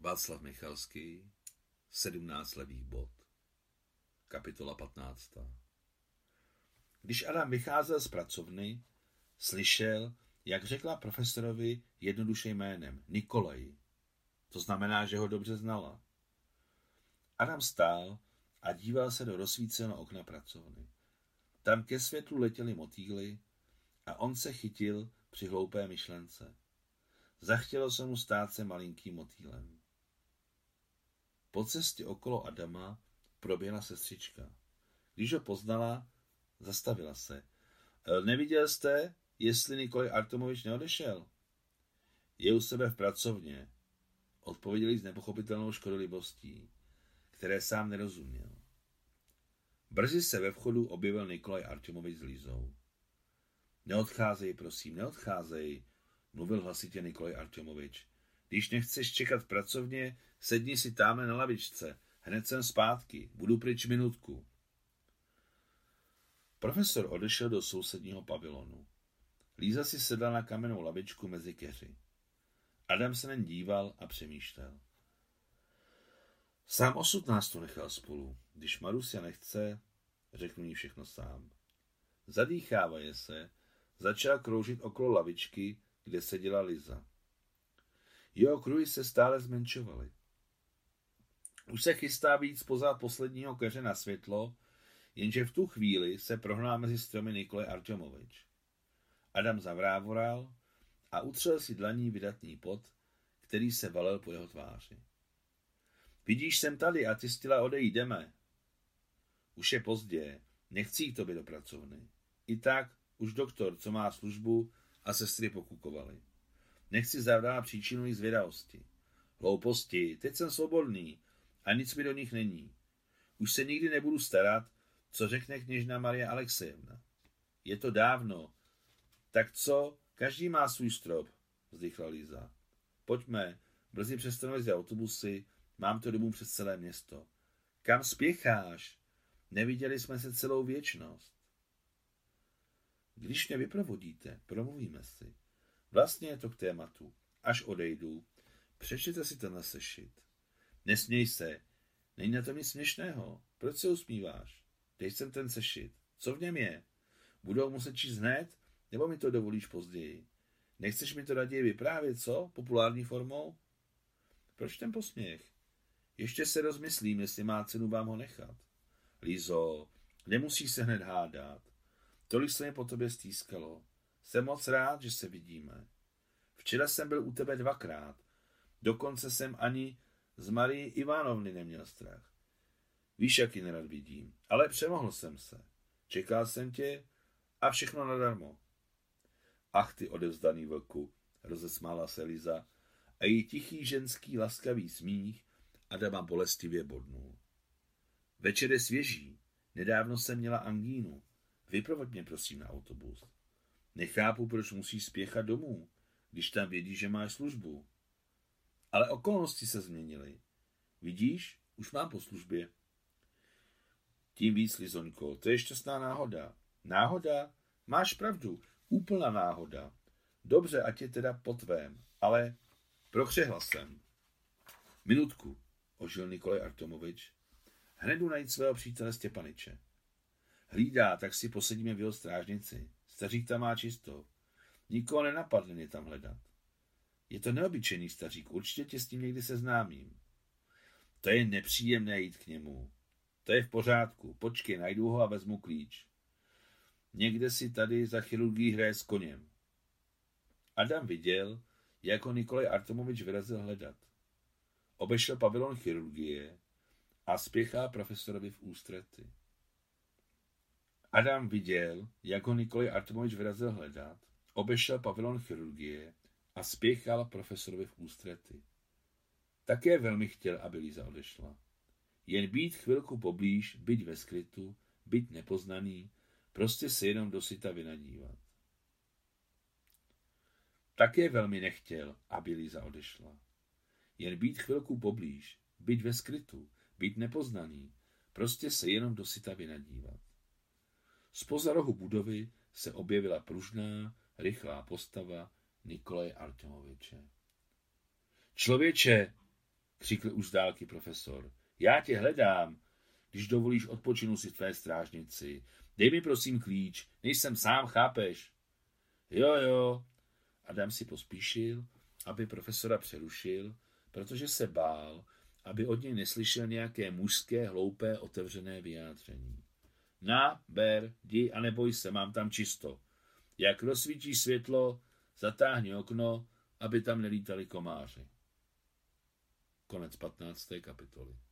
Václav Michalský, 17 levých bod. Kapitola 15. Když Adam vycházel z pracovny, slyšel, jak řekla profesorovi jednoduše jménem Nikolaj. To znamená, že ho dobře znala. Adam stál a díval se do rozsvíceného okna pracovny. Tam ke světlu letěly motýly a on se chytil při hloupé myšlence. Zachtělo se mu stát se malinkým motýlem. Po cestě okolo Adama proběhla sestřička. Když ho poznala, zastavila se. Neviděl jste, jestli Nikolaj Artomovič neodešel? Je u sebe v pracovně, odpověděli s nepochopitelnou škodolibostí, které sám nerozuměl. Brzy se ve vchodu objevil Nikolaj Artomovič s Lizou. Neodcházej, prosím, neodcházej, mluvil hlasitě Nikolaj Artomovič. Když nechceš čekat v pracovně, sedni si támhle na lavičce. Hned jsem zpátky, budu pryč minutku. Profesor odešel do sousedního pavilonu. Líza si sedla na kamennou lavičku mezi keři. Adam se jen díval a přemýšlel. Sám osud nás tu nechal spolu. Když Marusia nechce, řeknu jí všechno sám. Zadýchávaje se, začal kroužit okolo lavičky, kde seděla Liza. Jeho kruhy se stále zmenšovaly. Už se chystá víc spoza posledního keře na světlo, jenže v tu chvíli se prohnal mezi stromy Nikolaj Artomovič. Adam zavrávoral a utřel si dlaní vydatný pot, který se valil po jeho tváři. Vidíš, jsem tady a ty chtěla odejít, jdeme. Už je pozdě, nechci jít tobě do pracovny. I tak už doktor, co má službu, a sestry pokukovali. Nechci zavdát příčinu jejich zvědavosti. Hlouposti, teď jsem svobodný a nic mi do nich není. Už se nikdy nebudu starat, co řekne kněžna Maria Alexejevna. Je to dávno. Tak co? Každý má svůj strop, vzdychla Líza. Pojďme, brzy přestanou jezdit autobusy, mám to domů přes celé město. Kam spěcháš? Neviděli jsme se celou věčnost. Když mě vyprovodíte, promluvíme si. Vlastně je to k tématu. Až odejdu, přečtěte si tenhle sešit. Nesměj se, není na tom nic směšného. Proč se usmíváš? Dej sem ten sešit. Co v něm je? Budou muset číst hned, nebo mi to dovolíš později? Nechceš mi to raději vyprávět, co? Populární formou? Proč ten posměch? Ještě se rozmyslím, jestli má cenu vám ho nechat. Lízo, nemusíš se hned hádat. Tolik se mi po tobě stýskalo. Jsem moc rád, že se vidíme. Včera jsem byl u tebe 2krát. Dokonce jsem ani z Marii Ivanovny neměl strach. Víš, jak ji nerad vidím, ale přemohl jsem se. Čekal jsem tě a všechno nadarmo. Ach ty odevzdaný vlku, rozesmála se Liza a její tichý ženský laskavý smích Adama bolestivě bodnul. Večer je svěží, nedávno jsem měla angínu. Vyprovoď mě prosím na autobus. Nechápu, proč musíš spěchat domů, když tam vědíš, že máš službu. Ale okolnosti se změnily. Vidíš, už mám po službě. Tím víc, Lizoňko, to je šťastná náhoda. Náhoda? Máš pravdu, úplná náhoda. Dobře, ať je teda po tvém, ale prohřehla jsem. Minutku, ožil Nikolaj Artomovič. Hned jdu najít svého přítele Stěpaniče. Hlídá, tak si posedíme v jeho strážnici. Stařík tam má čisto. Nikoho nenapadne mě tam hledat. Je to neobyčejný stařík, určitě tě s tím někdy seznámím. To je nepříjemné jít k němu. To je v pořádku, počkej, najdu ho a vezmu klíč. Někde si tady za chirurgii hraje s koněm. Adam viděl, jak ho Nikolaj Artomovič vyrazil hledat. Obešel pavilon chirurgie a spěchá profesorovi v ústrety. Adam viděl, jak ho Nikolaj Artomovič vyrazil hledat, obešel pavilon chirurgie a spěchal profesorovi v ústrety. Také velmi chtěl, aby Líza odešla. Jen být chvilku poblíž, byť ve skrytu, byť nepoznaný, prostě se jenom dosyta vynadívat. Také velmi nechtěl, aby Líza odešla. Jen být chvilku poblíž, byť ve skrytu, byť nepoznaný, prostě se jenom dosyta vynadívat. Zpoza rohu budovy se objevila pružná, rychlá postava Nikolaje Artomoviče. Člověče, křikl už z dálky profesor. Já tě hledám. Když dovolíš, odpočinu si v tvé strážnici. Dej mi prosím klíč, nejsem sám, chápeš? Jo. Adam si pospíšil, aby profesora přerušil, protože se bál, aby od něj neslyšel nějaké mužské, hloupé, otevřené vyjádření. Na, ber, jdi a neboj se, mám tam čisto. Jak rozsvítí světlo, zatáhni okno, aby tam nelítali komáři. Konec 15. kapitoly.